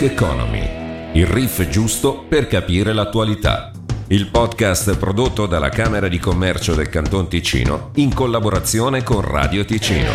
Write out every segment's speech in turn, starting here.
Rock Economy, il riff giusto per capire l'attualità. Il podcast prodotto dalla Camera di Commercio del Canton Ticino in collaborazione con Radio Ticino.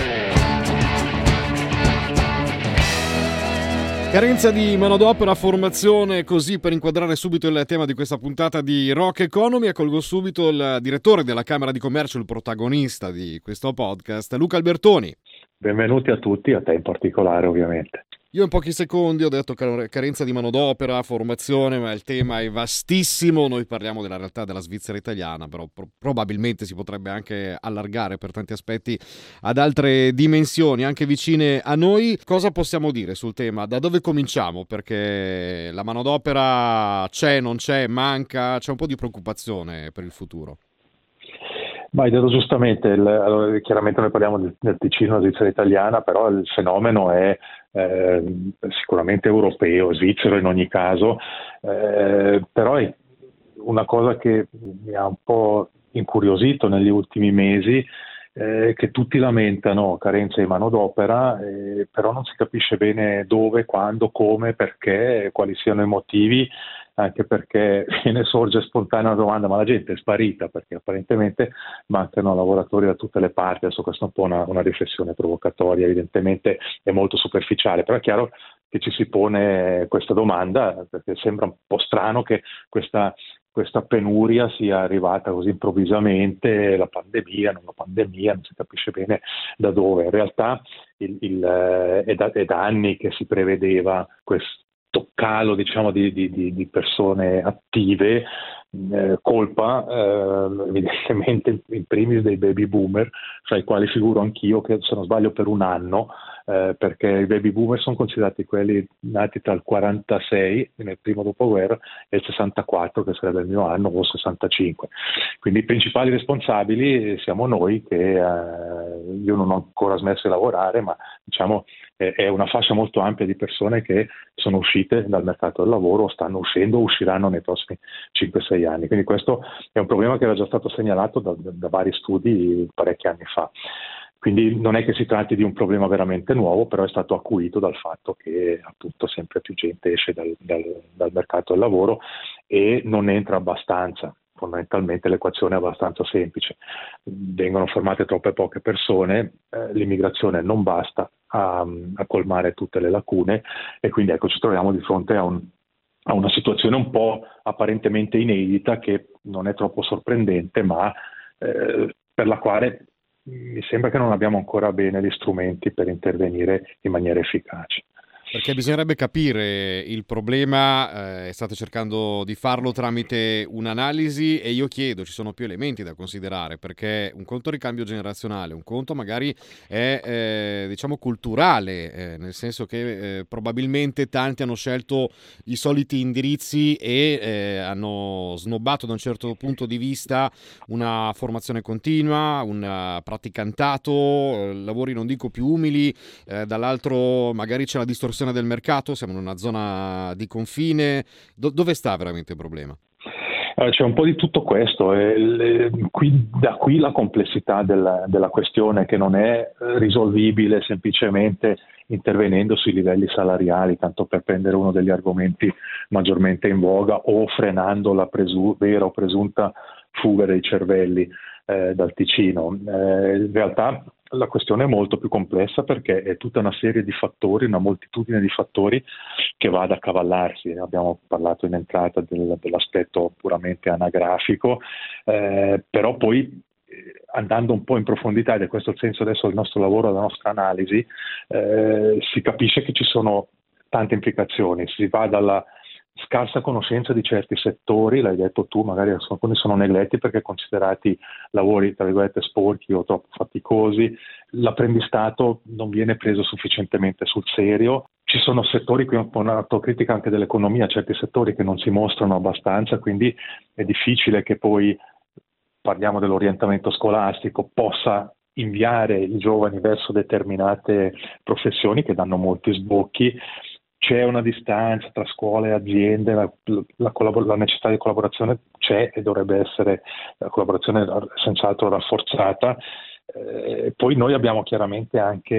Carenza di manodopera, formazione, così per inquadrare subito il tema di questa puntata di Rock Economy, accolgo subito il direttore della Camera di Commercio, il protagonista di questo podcast, Luca Albertoni. Benvenuti a tutti, a te in particolare ovviamente. Io in pochi secondi ho detto carenza di manodopera, formazione, ma il tema è vastissimo. Noi parliamo della realtà della Svizzera italiana, però probabilmente si potrebbe anche allargare per tanti aspetti ad altre dimensioni, anche vicine a noi. Cosa possiamo dire sul tema? Da dove cominciamo? Perché la manodopera c'è, non c'è, manca, c'è un po' di preoccupazione per il futuro. Ma hai detto giustamente, allora, chiaramente noi parliamo del Ticino, della Svizzera italiana, però il fenomeno è sicuramente europeo, svizzero in ogni caso, però è una cosa che mi ha un po' incuriosito negli ultimi mesi, che tutti lamentano carenza di manodopera, però non si capisce bene dove, quando, come, perché, quali siano i motivi, anche perché ne sorge spontanea una domanda: ma la gente è sparita? Perché apparentemente mancano lavoratori da tutte le parti. Adesso questa è un po' una riflessione provocatoria, evidentemente è molto superficiale, però è chiaro che ci si pone questa domanda, perché sembra un po' strano che questa penuria sia arrivata così improvvisamente, la pandemia, non si capisce bene da dove. In realtà è da anni che si prevedeva questo calo, diciamo, di persone attive, colpa evidentemente in primis dei baby boomer, fra i quali figuro anch'io, che se non sbaglio per un anno, perché i baby boomer sono considerati quelli nati tra il 46, nel primo dopoguerra, e il 64, che sarebbe il mio anno, o 65. Quindi i principali responsabili siamo noi, che io non ho ancora smesso di lavorare, ma diciamo è una fascia molto ampia di persone che sono uscite dal mercato del lavoro, stanno uscendo o usciranno nei prossimi 5-6 anni. Quindi questo è un problema che era già stato segnalato da vari studi parecchi anni fa. Quindi non è che si tratti di un problema veramente nuovo, però è stato acuito dal fatto che appunto sempre più gente esce dal mercato del lavoro e non entra abbastanza. Fondamentalmente l'equazione è abbastanza semplice: vengono formate troppe poche persone, l'immigrazione non basta a colmare tutte le lacune, e quindi ecco, ci troviamo di fronte a una situazione un po' apparentemente inedita, che non è troppo sorprendente, ma per la quale mi sembra che non abbiamo ancora bene gli strumenti per intervenire in maniera efficace. Perché bisognerebbe capire il problema, state cercando di farlo tramite un'analisi, e io chiedo, ci sono più elementi da considerare, perché un conto è il ricambio generazionale, un conto magari è diciamo culturale, nel senso che probabilmente tanti hanno scelto i soliti indirizzi e hanno snobbato da un certo punto di vista una formazione continua, un praticantato, lavori non dico più umili, dall'altro magari c'è la distorsione del mercato, siamo in una zona di confine. Dove sta veramente il problema? C'è un po' di tutto questo, da qui la complessità della questione, che non è risolvibile semplicemente intervenendo sui livelli salariali, tanto per prendere uno degli argomenti maggiormente in voga, o frenando la vera o presunta fuga dei cervelli dal Ticino. In realtà la questione è molto più complessa, perché è tutta una serie di fattori, una moltitudine di fattori che va ad accavallarsi. Abbiamo parlato in entrata dell'aspetto puramente anagrafico, però poi andando un po' in profondità, ed è questo il senso adesso del nostro lavoro, della nostra analisi, si capisce che ci sono tante implicazioni. Si va dalla scarsa conoscenza di certi settori, l'hai detto tu, magari alcuni sono negletti perché considerati lavori tra virgolette sporchi o troppo faticosi, l'apprendistato non viene preso sufficientemente sul serio. Ci sono settori, qui un po' un'autocritica anche dell'economia, certi settori che non si mostrano abbastanza, quindi è difficile che poi, parliamo dell'orientamento scolastico, possa inviare i giovani verso determinate professioni che danno molti sbocchi. C'è una distanza tra scuola e aziende, la necessità di collaborazione c'è e dovrebbe essere la collaborazione senz'altro rafforzata. Poi noi abbiamo chiaramente anche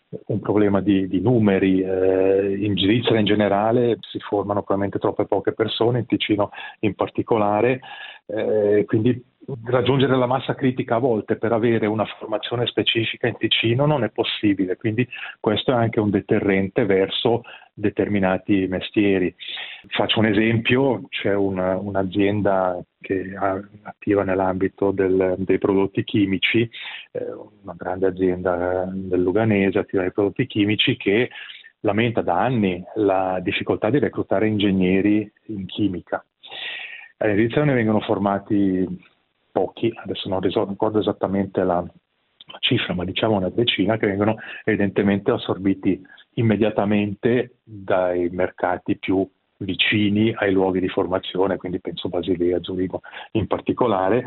un problema di numeri. In Svizzera in generale si formano probabilmente troppe poche persone, in Ticino in particolare, quindi raggiungere la massa critica a volte per avere una formazione specifica in Ticino non è possibile, quindi questo è anche un deterrente verso determinati mestieri. Faccio un esempio: c'è un'azienda che è attiva nell'ambito dei prodotti chimici, una grande azienda del Luganese attiva nei prodotti chimici, che lamenta da anni la difficoltà di reclutare ingegneri in chimica. In Svizzera ne vengono formati pochi, adesso non ricordo esattamente la cifra, ma diciamo una decina, che vengono evidentemente assorbiti immediatamente dai mercati più vicini ai luoghi di formazione, quindi penso Basilea, Zurigo in particolare,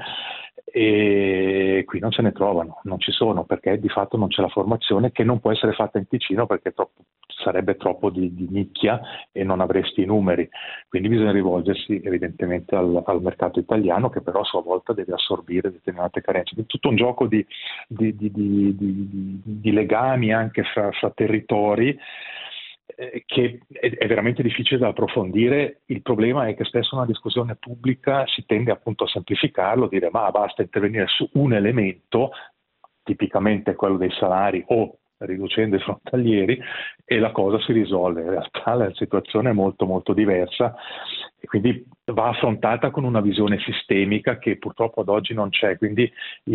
e qui non se ne trovano, non ci sono, perché di fatto non c'è la formazione, che non può essere fatta in Ticino perché sarebbe troppo di nicchia e non avresti i numeri, quindi bisogna rivolgersi evidentemente al mercato italiano, che però a sua volta deve assorbire determinate carenze. È tutto un gioco di legami anche fra territori, che è veramente difficile da approfondire. Il problema è che spesso nella discussione pubblica si tende appunto a semplificarlo, dire ma basta intervenire su un elemento, tipicamente quello dei salari o riducendo i frontalieri, e la cosa si risolve. In realtà la situazione è molto molto diversa e quindi va affrontata con una visione sistemica che purtroppo ad oggi non c'è. Quindi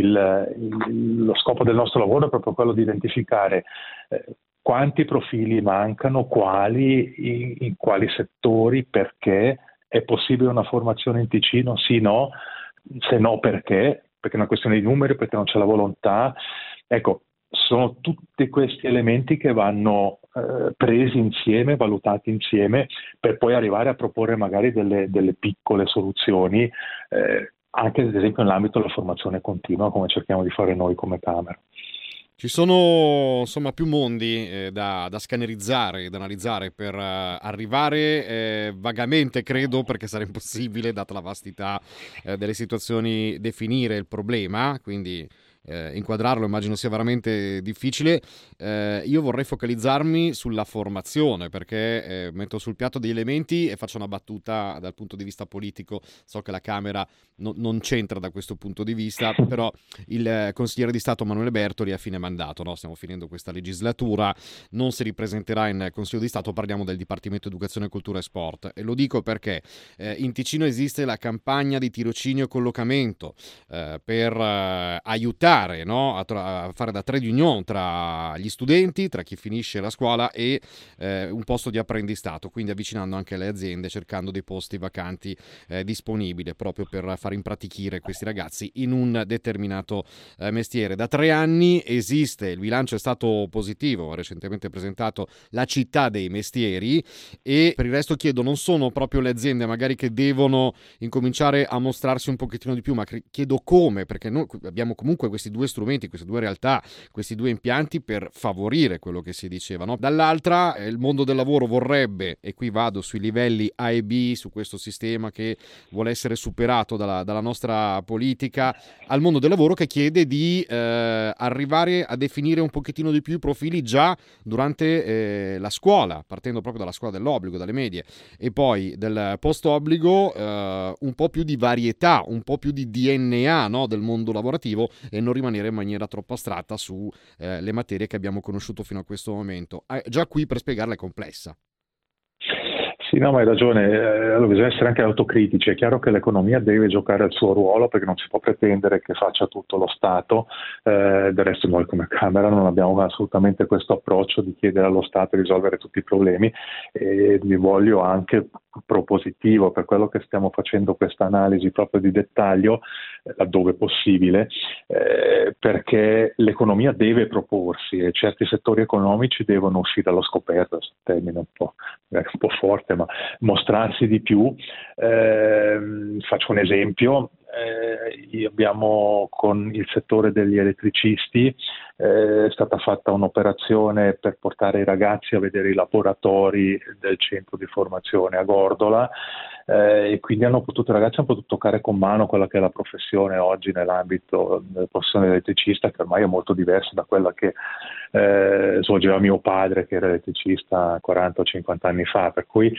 lo scopo del nostro lavoro è proprio quello di identificare quanti profili mancano, quali, in quali settori, perché è possibile una formazione in Ticino? Sì, no, se no perché è una questione di numeri, perché non c'è la volontà. Ecco, sono tutti questi elementi che vanno presi insieme, valutati insieme, per poi arrivare a proporre magari delle piccole soluzioni, anche ad esempio nell'ambito della formazione continua, come cerchiamo di fare noi come Camera. Ci sono insomma più mondi da scannerizzare, da analizzare per arrivare vagamente, credo, perché sarà impossibile, data la vastità delle situazioni, definire il problema, quindi inquadrarlo immagino sia veramente difficile. Io vorrei focalizzarmi sulla formazione, perché metto sul piatto degli elementi e faccio una battuta dal punto di vista politico. So che la Camera non c'entra da questo punto di vista, però il consigliere di Stato Manuele Bertoli a fine mandato, no? Stiamo finendo questa legislatura, non si ripresenterà in Consiglio di Stato. Parliamo del Dipartimento Educazione, Cultura e Sport, e lo dico perché in Ticino esiste la campagna di tirocinio e collocamento per aiutare, no? a fare da trade union tra gli studenti, tra chi finisce la scuola e un posto di apprendistato, quindi avvicinando anche le aziende, cercando dei posti vacanti disponibili, proprio per far impratichire questi ragazzi in un determinato mestiere. Da 3 anni esiste, il bilancio è stato positivo, recentemente presentato la città dei mestieri, e per il resto chiedo, non sono proprio le aziende magari che devono incominciare a mostrarsi un pochettino di più, ma chiedo come, perché noi abbiamo comunque questi due strumenti, queste due realtà, questi due impianti per favorire quello che si diceva, no? Dall'altra il mondo del lavoro vorrebbe, e qui vado sui livelli A e B, su questo sistema che vuole essere superato dalla nostra politica, al mondo del lavoro che chiede di arrivare a definire un pochettino di più i profili già durante la scuola, partendo proprio dalla scuola dell'obbligo, dalle medie, e poi del post-obbligo, un po' più di varietà, un po' più di DNA, no, del mondo lavorativo, e non rimanere in maniera troppo astratta su le materie che abbiamo conosciuto fino a questo momento. Già qui per spiegarla è complessa. Sì, no, ma hai ragione, allora bisogna essere anche autocritici. È chiaro che l'economia deve giocare il suo ruolo, perché non si può pretendere che faccia tutto lo Stato. Del resto noi come Camera non abbiamo assolutamente questo approccio di chiedere allo Stato di risolvere tutti i problemi, e vi voglio anche propositivo per quello che stiamo facendo questa analisi proprio di dettaglio, laddove possibile, perché l'economia deve proporsi e certi settori economici devono uscire allo scoperto, questo termine un po' forte, ma mostrarsi di più. Faccio un esempio. Abbiamo con il settore degli elettricisti è stata fatta un'operazione per portare i ragazzi a vedere i laboratori del centro di formazione a Gordola, e quindi i ragazzi hanno potuto toccare con mano quella che è la professione oggi nell'ambito della professione dell'elettricista, che ormai è molto diversa da quella che svolgeva mio padre, che era elettricista 40 o 50 anni fa, per cui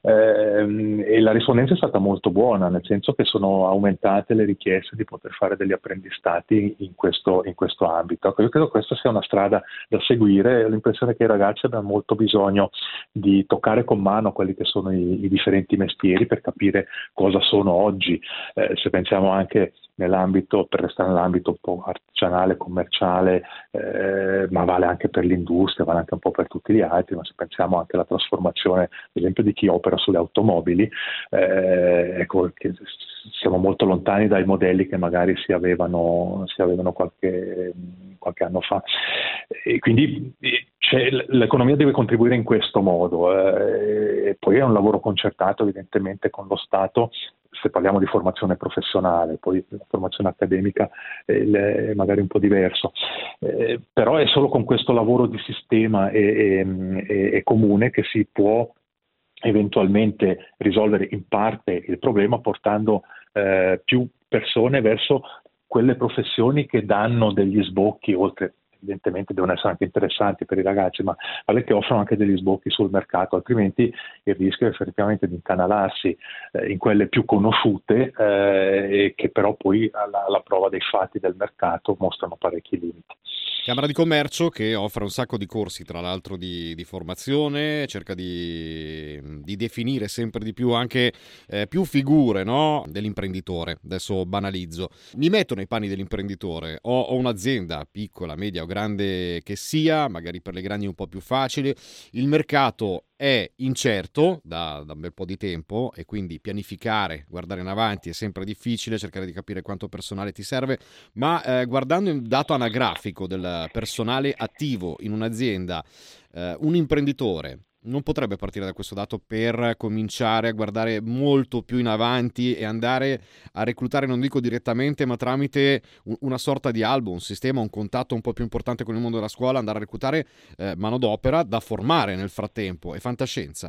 e la rispondenza è stata molto buona, nel senso che sono aumentate le richieste di poter fare degli apprendistati in questo ambito. Io credo che questa sia una strada da seguire, ho l'impressione che i ragazzi abbiano molto bisogno di toccare con mano quelli che sono i differenti mestieri per capire cosa sono oggi. Se pensiamo anche per restare nell'ambito un po' artigianale, commerciale, ma vale anche per l'industria, vale anche un po' per tutti gli altri, ma se pensiamo anche alla trasformazione, ad esempio, di chi opera sulle automobili, ecco che siamo molto lontani dai modelli che magari si avevano qualche anno fa. E quindi l'economia deve contribuire in questo modo, e poi è un lavoro concertato evidentemente con lo Stato. Se parliamo di formazione professionale, poi la formazione accademica è magari un po' diverso, però è solo con questo lavoro di sistema e comune che si può eventualmente risolvere in parte il problema, portando più persone verso quelle professioni che danno degli sbocchi, oltre evidentemente devono essere anche interessanti per i ragazzi, ma che offrono anche degli sbocchi sul mercato, altrimenti il rischio è effettivamente di incanalarsi in quelle più conosciute, e che però poi alla prova dei fatti del mercato mostrano parecchi limiti. Camera di Commercio che offre un sacco di corsi, tra l'altro di formazione, cerca di definire sempre di più anche più figure, no? Dell'imprenditore. Adesso banalizzo. Mi metto nei panni dell'imprenditore. Ho un'azienda piccola, media o grande che sia, magari per le grandi un po' più facile. Il mercato è incerto da un bel po' di tempo e quindi pianificare, guardare in avanti è sempre difficile, cercare di capire quanto personale ti serve, ma guardando il dato anagrafico del personale attivo in un'azienda, un imprenditore non potrebbe partire da questo dato per cominciare a guardare molto più in avanti e andare a reclutare, non dico direttamente, ma tramite una sorta di albo, un sistema, un contatto un po' più importante con il mondo della scuola, andare a reclutare manodopera da formare nel frattempo. È fantascienza?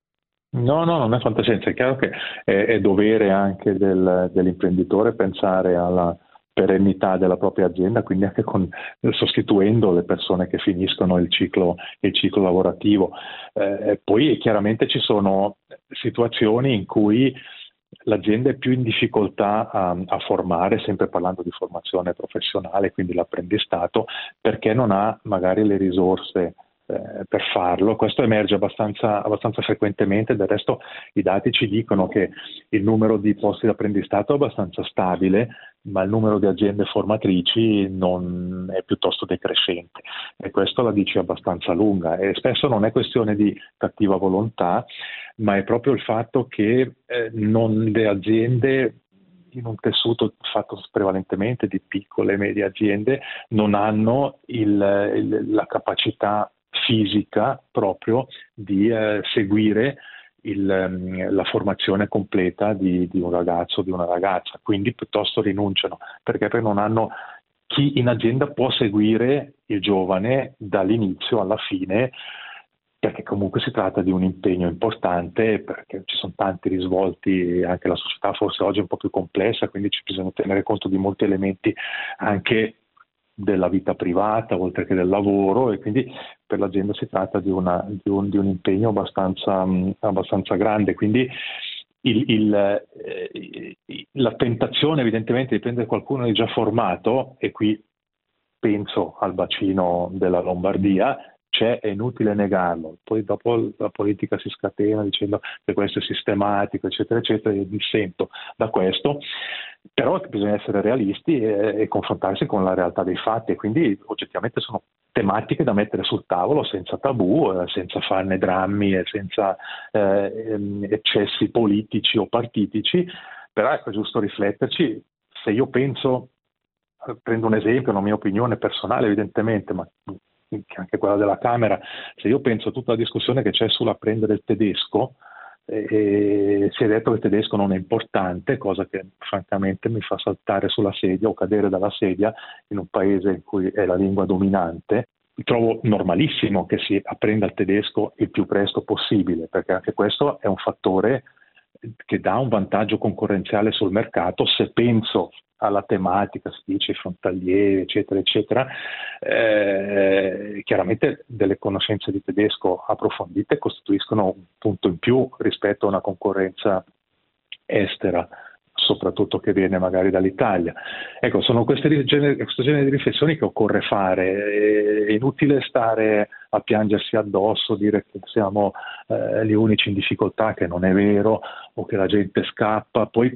No, non è fantascienza, è chiaro che è dovere anche dell'imprenditore pensare alla perennità della propria azienda, quindi anche sostituendo le persone che finiscono il ciclo lavorativo. Poi chiaramente ci sono situazioni in cui l'azienda è più in difficoltà a formare, sempre parlando di formazione professionale, quindi l'apprendistato, perché non ha magari le risorse per farlo. Questo emerge abbastanza frequentemente, del resto i dati ci dicono che il numero di posti di apprendistato è abbastanza stabile, ma il numero di aziende formatrici non è piuttosto decrescente, e questo la dice abbastanza lunga, e spesso non è questione di cattiva volontà, ma è proprio il fatto che le aziende, in un tessuto fatto prevalentemente di piccole e medie aziende, non hanno la capacità fisica proprio di seguire la formazione completa di un ragazzo o di una ragazza, quindi piuttosto rinunciano perché non hanno chi in azienda può seguire il giovane dall'inizio alla fine, perché comunque si tratta di un impegno importante, perché ci sono tanti risvolti, anche la società forse oggi è un po' più complessa, quindi ci bisogna tenere conto di molti elementi anche della vita privata oltre che del lavoro, e quindi per l'azienda si tratta di un impegno abbastanza grande, quindi la tentazione evidentemente di prendere qualcuno di già formato, e qui penso al bacino della Lombardia, è inutile negarlo. Poi dopo la politica si scatena dicendo che questo è sistematico, eccetera, eccetera, io dissento da questo, però bisogna essere realisti e confrontarsi con la realtà dei fatti, e quindi oggettivamente sono tematiche da mettere sul tavolo senza tabù, senza farne drammi e senza eccessi politici o partitici, però è giusto rifletterci. Se io penso, prendo un esempio, una mia opinione personale evidentemente, ma anche quella della Camera, se io penso a tutta la discussione che c'è sull'apprendere il tedesco, si è detto che il tedesco non è importante, cosa che francamente mi fa saltare sulla sedia o cadere dalla sedia in un paese in cui è la lingua dominante. Trovo normalissimo che si apprenda il tedesco il più presto possibile, perché anche questo è un fattore che dà un vantaggio concorrenziale sul mercato. Se penso alla tematica, si dice frontalieri, eccetera, eccetera, chiaramente delle conoscenze di tedesco approfondite costituiscono un punto in più rispetto a una concorrenza estera, soprattutto che viene magari dall'Italia. Ecco, sono questo genere di riflessioni che occorre fare. È inutile stare a piangersi addosso, dire che siamo gli unici in difficoltà, che non è vero, o che la gente scappa. Poi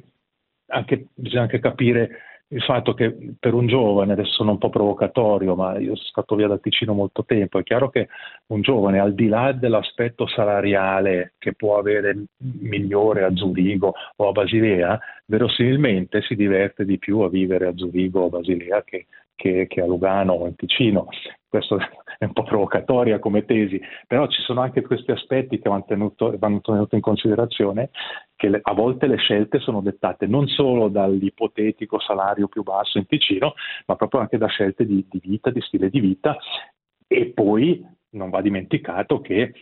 bisogna anche capire il fatto che per un giovane, adesso sono un po' provocatorio, ma io sono stato via da Ticino molto tempo, è chiaro che un giovane, al di là dell'aspetto salariale che può avere migliore a Zurigo o a Basilea, verosimilmente si diverte di più a vivere a Zurigo o a Basilea che a Lugano o in Ticino. Questo è un po' provocatoria come tesi, però ci sono anche questi aspetti che vanno tenuti in considerazione, che a volte le scelte sono dettate non solo dall'ipotetico salario più basso in Ticino, ma proprio anche da scelte di vita, di stile di vita. E poi non va dimenticato che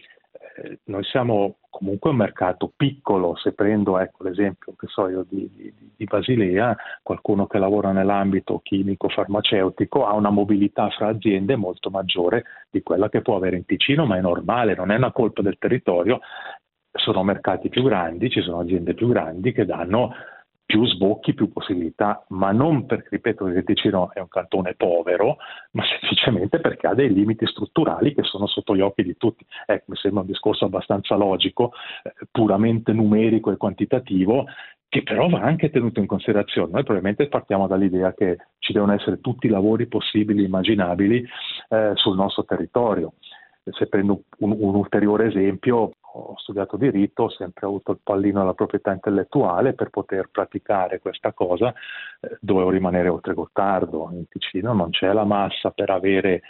noi siamo comunque un mercato piccolo. Se prendo l'esempio che so io di Basilea, qualcuno che lavora nell'ambito chimico farmaceutico ha una mobilità fra aziende molto maggiore di quella che può avere in Ticino, ma è normale, non è una colpa del territorio. Sono mercati più grandi, ci sono aziende più grandi che danno più sbocchi, più possibilità, ma non perché, ripeto, che il Ticino è un cantone povero, ma semplicemente perché ha dei limiti strutturali che sono sotto gli occhi di tutti. Mi sembra un discorso abbastanza logico, puramente numerico e quantitativo, che però va anche tenuto in considerazione. Noi probabilmente partiamo dall'idea che ci devono essere tutti i lavori possibili e immaginabili sul nostro territorio. Se prendo un ulteriore esempio, ho studiato diritto, ho sempre avuto il pallino della proprietà intellettuale. Per poter praticare questa cosa dovevo rimanere oltre Gottardo. In Ticino non c'è la massa per avere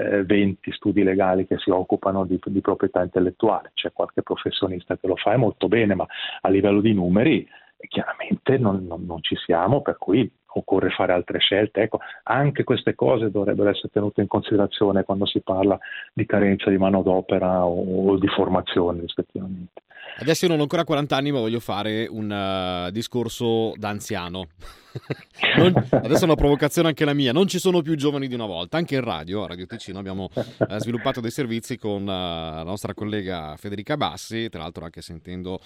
20 studi legali che si occupano di proprietà intellettuale. C'è qualche professionista che lo fa molto bene, ma a livello di numeri chiaramente non ci siamo, per cui occorre fare altre scelte. Ecco, anche queste cose dovrebbero essere tenute in considerazione quando si parla di carenza di manodopera o di formazione rispettivamente. Adesso io non ho ancora 40 anni, ma voglio fare un discorso da anziano. Adesso è una provocazione anche la mia. Non ci sono più giovani di una volta. Anche in radio, a Radio Ticino, abbiamo sviluppato dei servizi con la nostra collega Federica Bassi. Tra l'altro, anche sentendo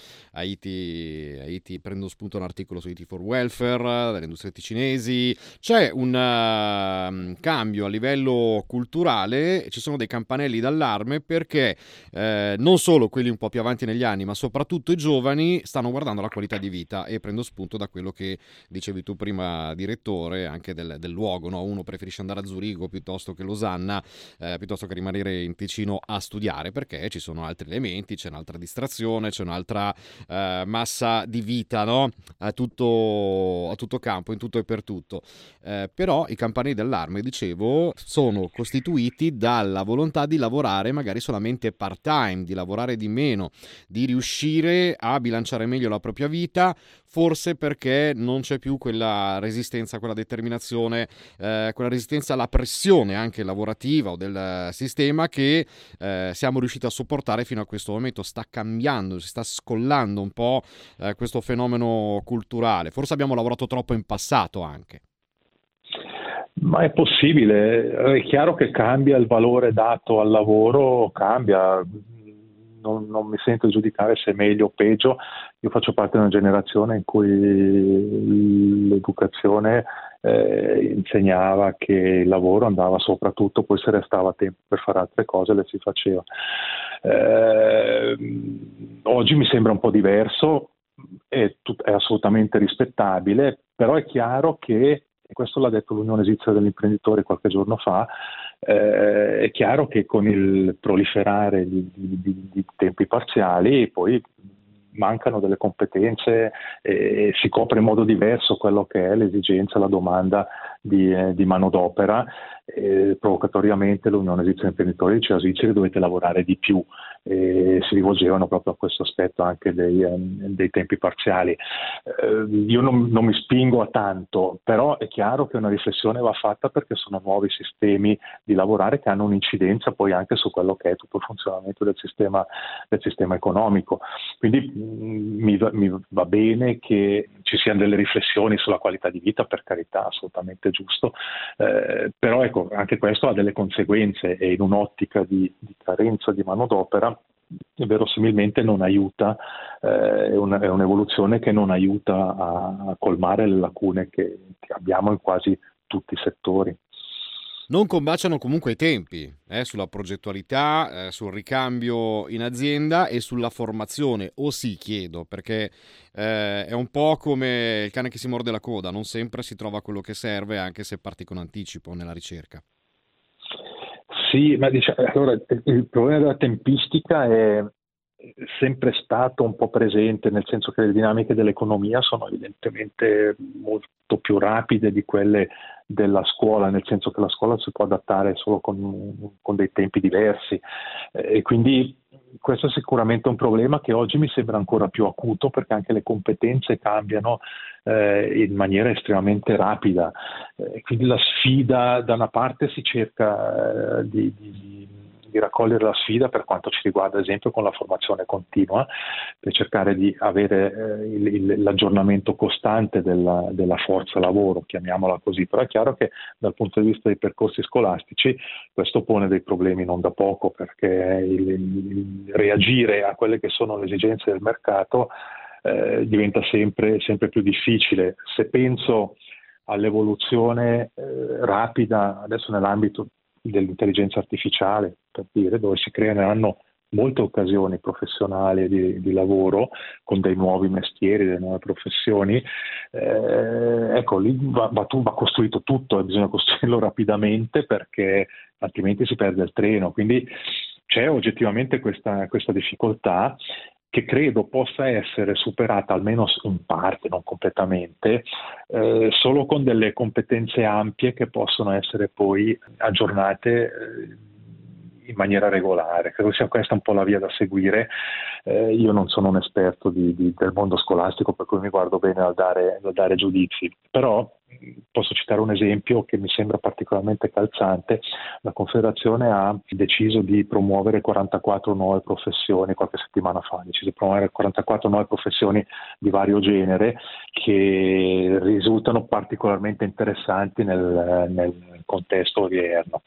Haiti prendo spunto un articolo su Haiti for Welfare, delle industrie ticinesi. C'è un cambio a livello culturale. Ci sono dei campanelli d'allarme perché non solo quelli un po' più avanti negli anni, ma soprattutto i giovani stanno guardando la qualità di vita, e prendo spunto da quello che dicevi tu prima, direttore, anche del luogo, no? Uno preferisce andare a Zurigo piuttosto che Losanna, piuttosto che rimanere in Ticino a studiare, perché ci sono altri elementi, c'è un'altra distrazione, c'è un'altra massa di vita, no? A tutto campo, in tutto e per tutto. Però i campanelli d'allarme, dicevo, sono costituiti dalla volontà di lavorare magari solamente part-time, di lavorare di meno, di riuscire a bilanciare meglio la propria vita, forse perché non c'è più quella resistenza, quella determinazione, quella resistenza alla pressione anche lavorativa o del sistema che siamo riusciti a sopportare fino a questo momento. Sta cambiando, si sta scollando un po' questo fenomeno culturale. Forse abbiamo lavorato troppo in passato anche. Ma è possibile, è chiaro che cambia il valore dato al lavoro, cambia. Non mi sento di giudicare se è meglio o peggio. Io faccio parte di una generazione in cui l'educazione insegnava che il lavoro andava soprattutto, poi se restava tempo per fare altre cose le si faceva. Oggi mi sembra un po' diverso, è assolutamente rispettabile, però è chiaro che, e questo l'ha detto l'Unione Svizzera degli Imprenditori qualche giorno fa, è chiaro che con il proliferare di tempi parziali poi mancano delle competenze e si copre in modo diverso quello che è l'esigenza, la domanda di manodopera. Provocatoriamente l'Unione Svizzera Imprenditori diceva: svizzeri dovete lavorare di più, e si rivolgevano proprio a questo aspetto anche dei tempi parziali. Io non mi spingo a tanto, però è chiaro che una riflessione va fatta, perché sono nuovi sistemi di lavorare che hanno un'incidenza poi anche su quello che è tutto il funzionamento del sistema economico. Quindi mi va bene che ci siano delle riflessioni sulla qualità di vita, per carità, assolutamente giusto, però ecco, anche questo ha delle conseguenze, e in un'ottica di carenza di manodopera verosimilmente non aiuta, è un'evoluzione che non aiuta a colmare le lacune che abbiamo in quasi tutti i settori. Non combaciano comunque i tempi sulla progettualità, sul ricambio in azienda e sulla formazione, o sì, chiedo, perché è un po' come il cane che si morde la coda, non sempre si trova quello che serve, anche se parti con anticipo nella ricerca. Sì, ma allora, il problema della tempistica è sempre stato un po' presente, nel senso che le dinamiche dell'economia sono evidentemente molto più rapide di quelle della scuola, nel senso che la scuola si può adattare solo con dei tempi diversi, e quindi questo è sicuramente un problema che oggi mi sembra ancora più acuto, perché anche le competenze cambiano in maniera estremamente rapida, quindi la sfida, da una parte si cerca di raccogliere la sfida per quanto ci riguarda, ad esempio con la formazione continua, per cercare di avere l'aggiornamento costante della forza lavoro, chiamiamola così. Però è chiaro che dal punto di vista dei percorsi scolastici questo pone dei problemi non da poco, perché il reagire a quelle che sono le esigenze del mercato diventa sempre più difficile. Se penso all'evoluzione rapida adesso nell'ambito dell'intelligenza artificiale, per dire, dove si creeranno molte occasioni professionali di lavoro con dei nuovi mestieri, delle nuove professioni, ecco, lì va costruito tutto, e bisogna costruirlo rapidamente, perché altrimenti si perde il treno. Quindi c'è oggettivamente questa difficoltà, che credo possa essere superata almeno in parte, non completamente, solo con delle competenze ampie che possono essere poi aggiornate in maniera regolare. Credo sia questa un po' la via da seguire. Io non sono un esperto del mondo scolastico, per cui mi guardo bene dal dare giudizi, però posso citare un esempio che mi sembra particolarmente calzante. La Confederazione ha deciso di promuovere 44 nuove professioni, qualche settimana fa, ha deciso di promuovere 44 nuove professioni di vario genere, che risultano particolarmente interessanti nel contesto odierno.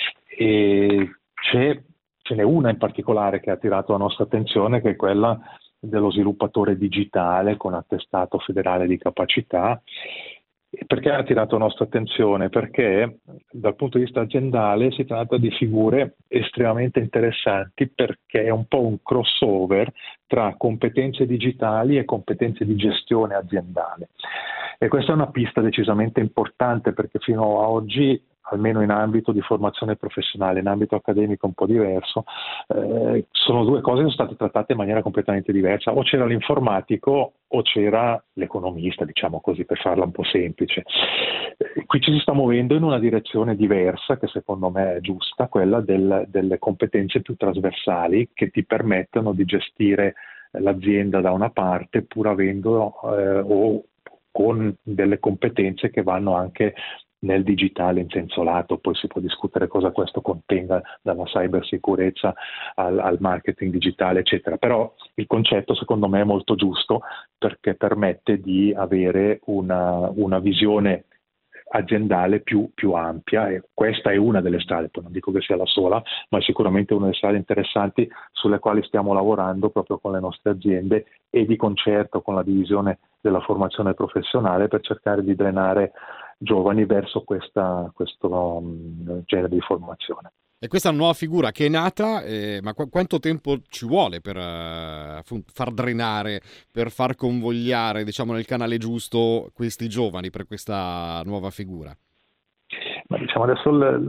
E ce n'è una in particolare che ha attirato la nostra attenzione, che è quella dello sviluppatore digitale con attestato federale di capacità. Perché ha attirato la nostra attenzione? Perché dal punto di vista aziendale si tratta di figure estremamente interessanti, perché è un po' un crossover tra competenze digitali e competenze di gestione aziendale. E questa è una pista decisamente importante, perché fino a oggi, almeno in ambito di formazione professionale, in ambito accademico un po' diverso, sono due cose che sono state trattate in maniera completamente diversa. O c'era l'informatico o c'era l'economista, diciamo così, per farla un po' semplice. Qui ci si sta muovendo in una direzione diversa, che secondo me è giusta, quella delle competenze più trasversali, che ti permettono di gestire l'azienda da una parte, pur avendo o con delle competenze che vanno anche nel digitale in senso lato. Poi si può discutere cosa questo contenga, dalla cybersicurezza al marketing digitale, eccetera. Però il concetto secondo me è molto giusto, perché permette di avere una visione aziendale più ampia, e questa è una delle strade, poi non dico che sia la sola, ma è sicuramente una delle strade interessanti sulle quali stiamo lavorando proprio con le nostre aziende, e di concerto con la divisione della formazione professionale, per cercare di drenare giovani verso questo genere di formazione. E questa è una nuova figura che è nata, ma quanto tempo ci vuole per far drenare, per far convogliare, diciamo, nel canale giusto questi giovani per questa nuova figura? Ma diciamo adesso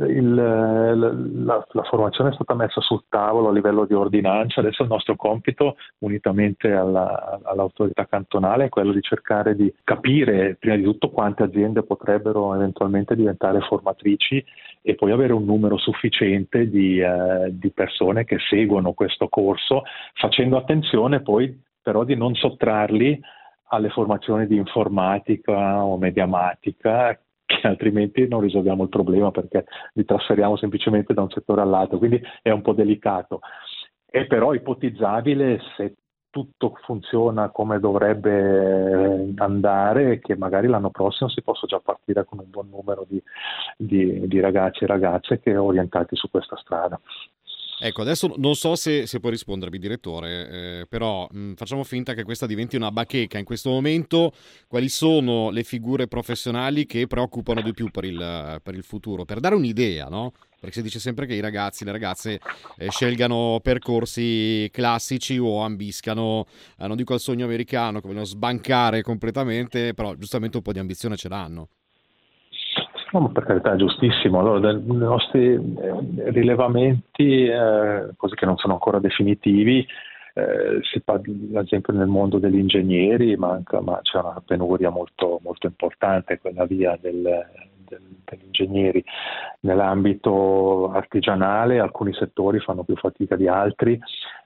la formazione è stata messa sul tavolo a livello di ordinanza, adesso il nostro compito, unitamente all'autorità cantonale, è quello di cercare di capire prima di tutto quante aziende potrebbero eventualmente diventare formatrici e poi avere un numero sufficiente di persone che seguono questo corso, facendo attenzione poi però di non sottrarli alle formazioni di informatica o mediamatica, che altrimenti non risolviamo il problema perché li trasferiamo semplicemente da un settore all'altro, quindi è un po' delicato. È però ipotizzabile, se tutto funziona come dovrebbe andare, che magari l'anno prossimo si possa già partire con un buon numero di ragazzi e ragazze che orientati su questa strada. Ecco, adesso non so se può rispondermi, direttore, però facciamo finta che questa diventi una bacheca. In questo momento, quali sono le figure professionali che preoccupano di più per il futuro? Per dare un'idea, no? Perché si dice sempre che i ragazzi e le ragazze scelgano percorsi classici o ambiscano, non dico al sogno americano, che vogliono sbancare completamente, però giustamente un po' di ambizione ce l'hanno. No, ma per carità è giustissimo. Allora, dai nostri rilevamenti, così che non sono ancora definitivi, si parla ad esempio nel mondo degli ingegneri, ma c'è una penuria molto, molto importante, quella via degli ingegneri. Nell'ambito artigianale alcuni settori fanno più fatica di altri,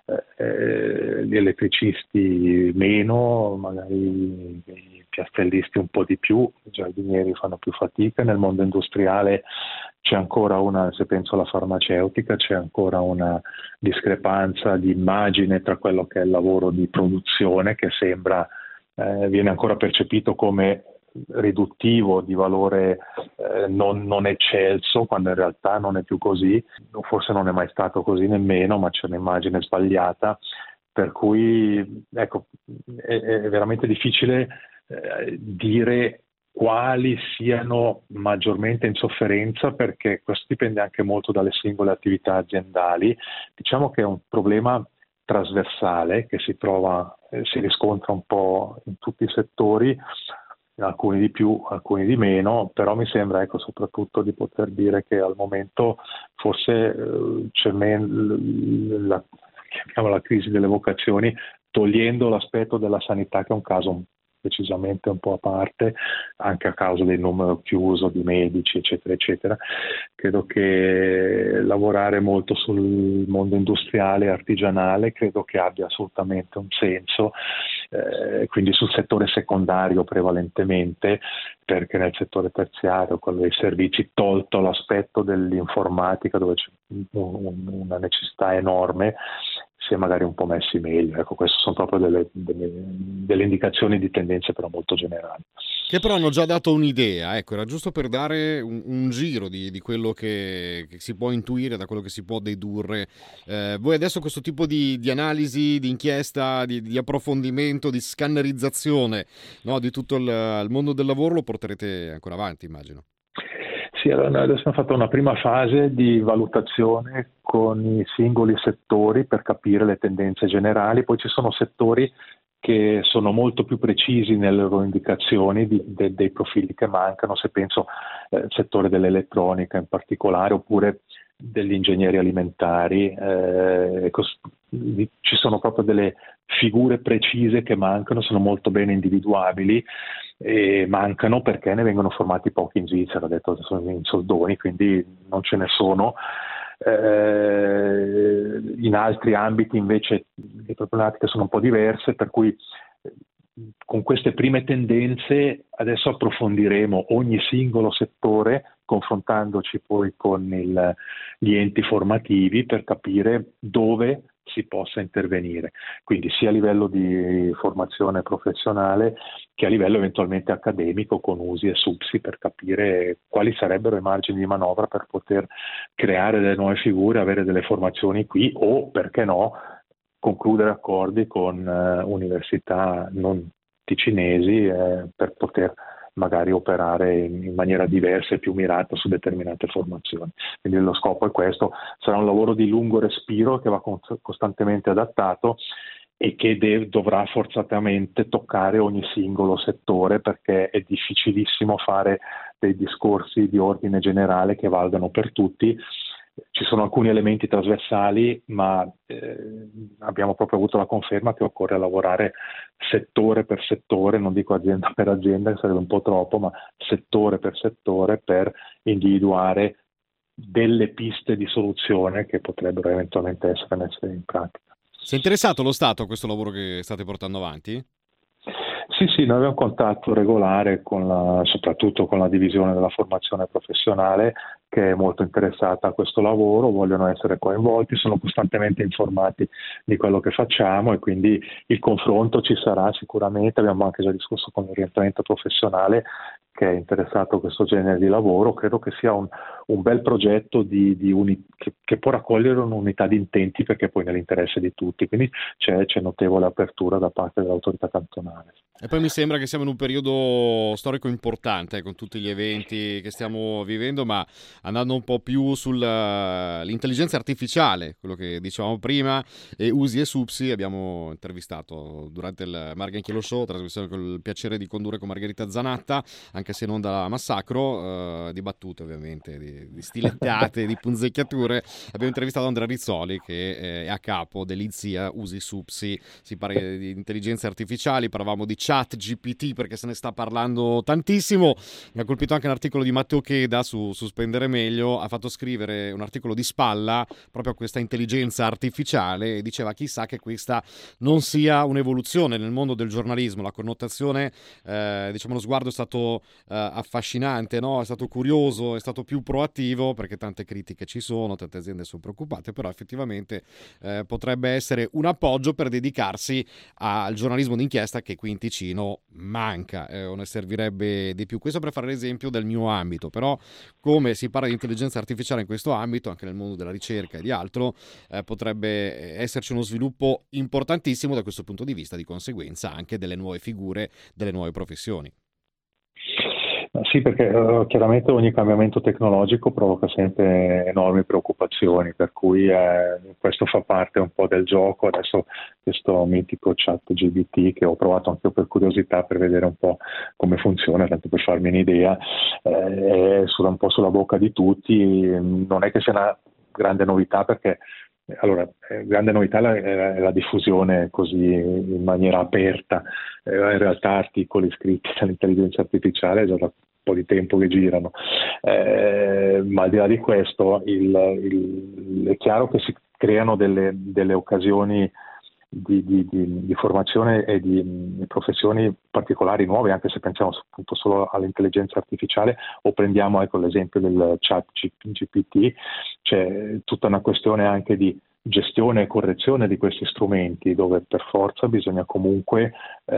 gli elettricisti meno, magari i piastrellisti un po' di più, i giardinieri fanno più fatica. Nel mondo industriale c'è ancora se penso alla farmaceutica, c'è ancora una discrepanza di immagine tra quello che è il lavoro di produzione, che sembra viene ancora percepito come riduttivo, di valore non eccelso, quando in realtà non è più così, forse non è mai stato così nemmeno, ma c'è un'immagine sbagliata, per cui ecco, è veramente difficile dire quali siano maggiormente in sofferenza, perché questo dipende anche molto dalle singole attività aziendali. Diciamo che è un problema trasversale che si riscontra un po' in tutti i settori, alcuni di più, alcuni di meno, però mi sembra soprattutto di poter dire che al momento forse c'è meno chiamiamola crisi delle vocazioni, togliendo l'aspetto della sanità, che è un caso decisamente un po' a parte, anche a causa del numero chiuso di medici, eccetera, eccetera. Credo che lavorare molto sul mondo industriale e artigianale credo che abbia assolutamente un senso, quindi sul settore secondario prevalentemente, perché nel settore terziario, quello dei servizi, tolto l'aspetto dell'informatica dove c'è una necessità enorme, si è magari un po' messi meglio. Ecco, queste sono proprio delle indicazioni di tendenze però molto generali. Che però hanno già dato un'idea, ecco, era giusto per dare un giro di quello che si può intuire, da quello che si può dedurre. Voi adesso questo tipo di analisi, di inchiesta, di approfondimento, di scannerizzazione, no, di tutto il mondo del lavoro lo porterete ancora avanti, immagino. Sì, allora noi adesso abbiamo fatto una prima fase di valutazione con i singoli settori per capire le tendenze generali, poi ci sono settori che sono molto più precisi nelle loro indicazioni dei profili che mancano, se penso al settore dell'elettronica in particolare, oppure degli ingegneri alimentari, ci sono proprio delle figure precise che mancano, sono molto bene individuabili e mancano perché ne vengono formati pochi in Svizzera, detto che sono in soldoni, quindi non ce ne sono. In altri ambiti invece le problematiche sono un po' diverse, per cui con queste prime tendenze adesso approfondiremo ogni singolo settore, confrontandoci poi con gli enti formativi per capire dove si possa intervenire, quindi sia a livello di formazione professionale che a livello eventualmente accademico, con USI e SUPSI, per capire quali sarebbero i margini di manovra per poter creare delle nuove figure, avere delle formazioni qui o, perché no, concludere accordi con università non ticinesi per poter magari operare in maniera diversa e più mirata su determinate formazioni. Quindi lo scopo è questo, sarà un lavoro di lungo respiro che va costantemente adattato e che dovrà forzatamente toccare ogni singolo settore, perché è difficilissimo fare dei discorsi di ordine generale che valgano per tutti. Ci sono alcuni elementi trasversali, ma abbiamo proprio avuto la conferma che occorre lavorare settore per settore, non dico azienda per azienda, che sarebbe un po' troppo, ma settore per settore per individuare delle piste di soluzione che potrebbero eventualmente essere messe in pratica. Si è interessato lo Stato a questo lavoro che state portando avanti? Sì, noi abbiamo contatto regolare soprattutto con la divisione della formazione professionale, che è molto interessata a questo lavoro, vogliono essere coinvolti, sono costantemente informati di quello che facciamo e quindi il confronto ci sarà sicuramente. Abbiamo anche già discusso con l'orientamento professionale che è interessato a questo genere di lavoro. Credo che sia un bel progetto che può raccogliere un'unità di intenti, perché poi nell'interesse di tutti, quindi c'è notevole apertura da parte dell'autorità cantonale. E poi mi sembra che siamo in un periodo storico importante, con tutti gli eventi che stiamo vivendo, ma andando un po' più sull'intelligenza artificiale, quello che dicevamo prima, e usi e subsi. Abbiamo intervistato durante il Margherita Chielo Show, trasmissione con il piacere di condurre con Margherita Zanatta, anche se non da massacro, di battute ovviamente, di stilettate, di punzecchiature. Abbiamo intervistato Andrea Rizzoli, che è a capo dell'INSIA Usi Subsi. Si parla di intelligenze artificiali, parlavamo di chat GPT perché se ne sta parlando tantissimo. Mi ha colpito anche un articolo di Matteo Cheda su Spendere Meglio, ha fatto scrivere un articolo di spalla proprio a questa intelligenza artificiale e diceva chissà che questa non sia un'evoluzione nel mondo del giornalismo. La connotazione, diciamo, lo sguardo è stato affascinante, no? È stato curioso, è stato più proattivo, perché tante critiche ci sono, tante aziende sono preoccupate, però effettivamente potrebbe essere un appoggio per dedicarsi al giornalismo d'inchiesta che qui in Ticino manca, ne servirebbe di più. Questo per fare l'esempio del mio ambito, però come si parla di intelligenza artificiale in questo ambito, anche nel mondo della ricerca e di altro, potrebbe esserci uno sviluppo importantissimo da questo punto di vista, di conseguenza anche delle nuove figure, delle nuove professioni. Sì, perché chiaramente ogni cambiamento tecnologico provoca sempre enormi preoccupazioni, per cui questo fa parte un po' del gioco. Adesso questo mitico chat GPT, che ho provato anche io per curiosità per vedere un po' come funziona, tanto per farmi un'idea, è un po' sulla bocca di tutti. Non è che sia una grande novità, perché allora, grande novità è la diffusione così in maniera aperta. In realtà articoli scritti dall'intelligenza artificiale è già da un po' di tempo che girano, ma al di là di questo è chiaro che si creano delle occasioni di formazione e di professioni particolari nuove, anche se pensiamo appunto solo all'intelligenza artificiale o prendiamo l'esempio del chat GPT. C'è tutta una questione anche di gestione e correzione di questi strumenti, dove per forza bisogna comunque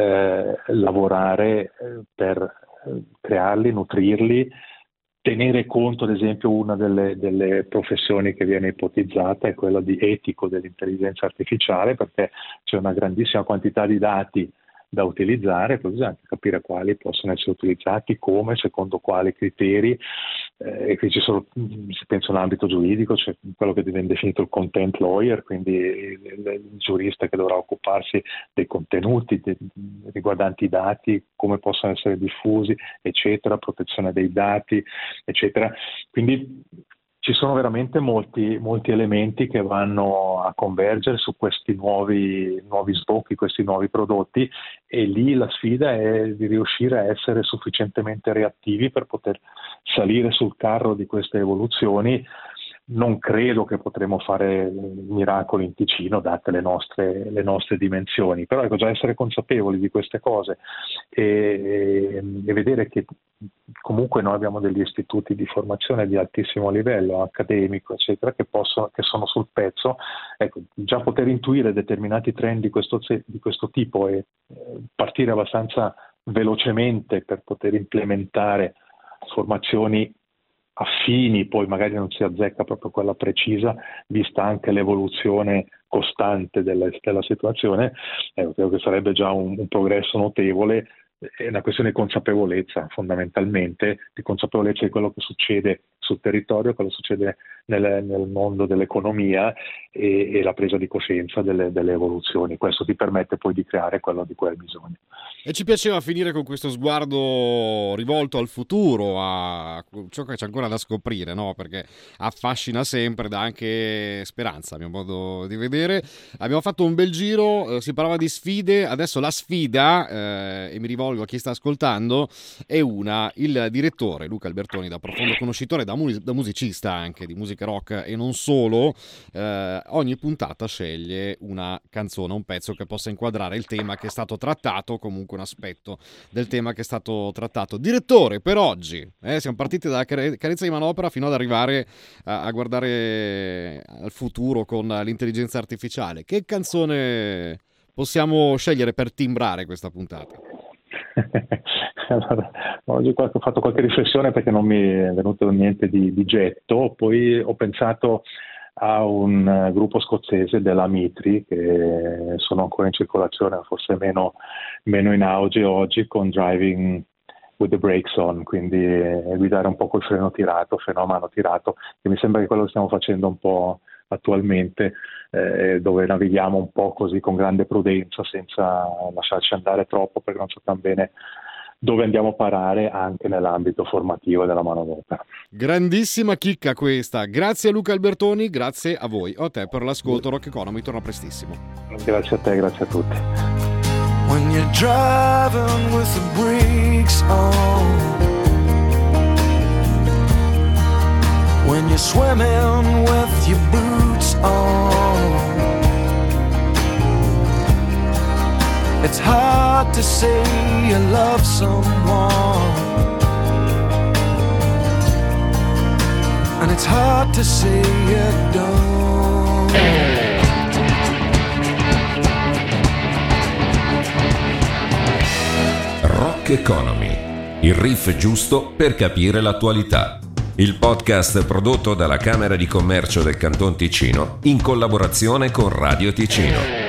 lavorare per crearli, nutrirli, tenere conto. Ad esempio, una delle professioni che viene ipotizzata è quella di etico dell'intelligenza artificiale, perché c'è una grandissima quantità di dati da utilizzare, poi bisogna anche capire quali possono essere utilizzati, come, secondo quali criteri, e qui ci sono, si pensa all'ambito giuridico, c'è quello che viene definito il content lawyer, quindi il giurista che dovrà occuparsi dei contenuti riguardanti i dati, come possono essere diffusi, eccetera, protezione dei dati, eccetera. Quindi ci sono veramente molti elementi che vanno a convergere su questi nuovi sbocchi, questi nuovi prodotti, e lì la sfida è di riuscire a essere sufficientemente reattivi per poter salire sul carro di queste evoluzioni. Non credo che potremo fare miracoli in Ticino, date le nostre dimensioni, però già essere consapevoli di queste cose e vedere che comunque noi abbiamo degli istituti di formazione di altissimo livello accademico, eccetera, che sono sul pezzo. Ecco, già poter intuire determinati trend di questo tipo e partire abbastanza velocemente per poter implementare formazioni affini, poi magari non si azzecca proprio quella precisa, vista anche l'evoluzione costante della situazione. Credo che sarebbe già un progresso notevole, è una questione di consapevolezza, fondamentalmente, di consapevolezza di quello che succede sul territorio, quello che succede nel mondo dell'economia e la presa di coscienza delle evoluzioni. Questo ti permette poi di creare quello di cui hai bisogno. E ci piaceva finire con questo sguardo rivolto al futuro, a ciò che c'è ancora da scoprire, no? Perché affascina sempre, dà anche speranza, a mio modo di vedere. Abbiamo fatto un bel giro, si parlava di sfide, adesso la sfida, e mi rivolgo a chi sta ascoltando, è il direttore Luca Albertoni, da profondo conoscitore, da musicista anche di musica rock e non solo, ogni puntata sceglie una canzone, un pezzo che possa inquadrare il tema che è stato trattato, comunque un aspetto del tema che è stato trattato. Direttore, per oggi siamo partiti dalla carezza di manopera fino ad arrivare a guardare al futuro con l'intelligenza artificiale. Che canzone possiamo scegliere per timbrare questa puntata? Allora, oggi ho fatto qualche riflessione perché non mi è venuto niente di getto, poi ho pensato a un gruppo scozzese della Mitri che sono ancora in circolazione, forse meno in auge oggi, con Driving with the Brakes On, quindi guidare un po' col freno tirato, freno a mano tirato, che mi sembra che quello che stiamo facendo un po' attualmente, dove navighiamo un po' così con grande prudenza senza lasciarci andare troppo, perché non sappiamo bene dove andiamo a parare anche nell'ambito formativo della manodopera. Grandissima chicca questa. Grazie a Luca Albertoni, grazie a voi o a te per l'ascolto. Rock Economy torna prestissimo. Grazie a te, grazie a tutti. When you're driving with the brakes on, when you're swimming with your boots on, it's hard to say you love someone, and it's hard to say you don't. Rock Economy, il riff giusto per capire l'attualità. Il podcast prodotto dalla Camera di Commercio del Canton Ticino in collaborazione con Radio Ticino.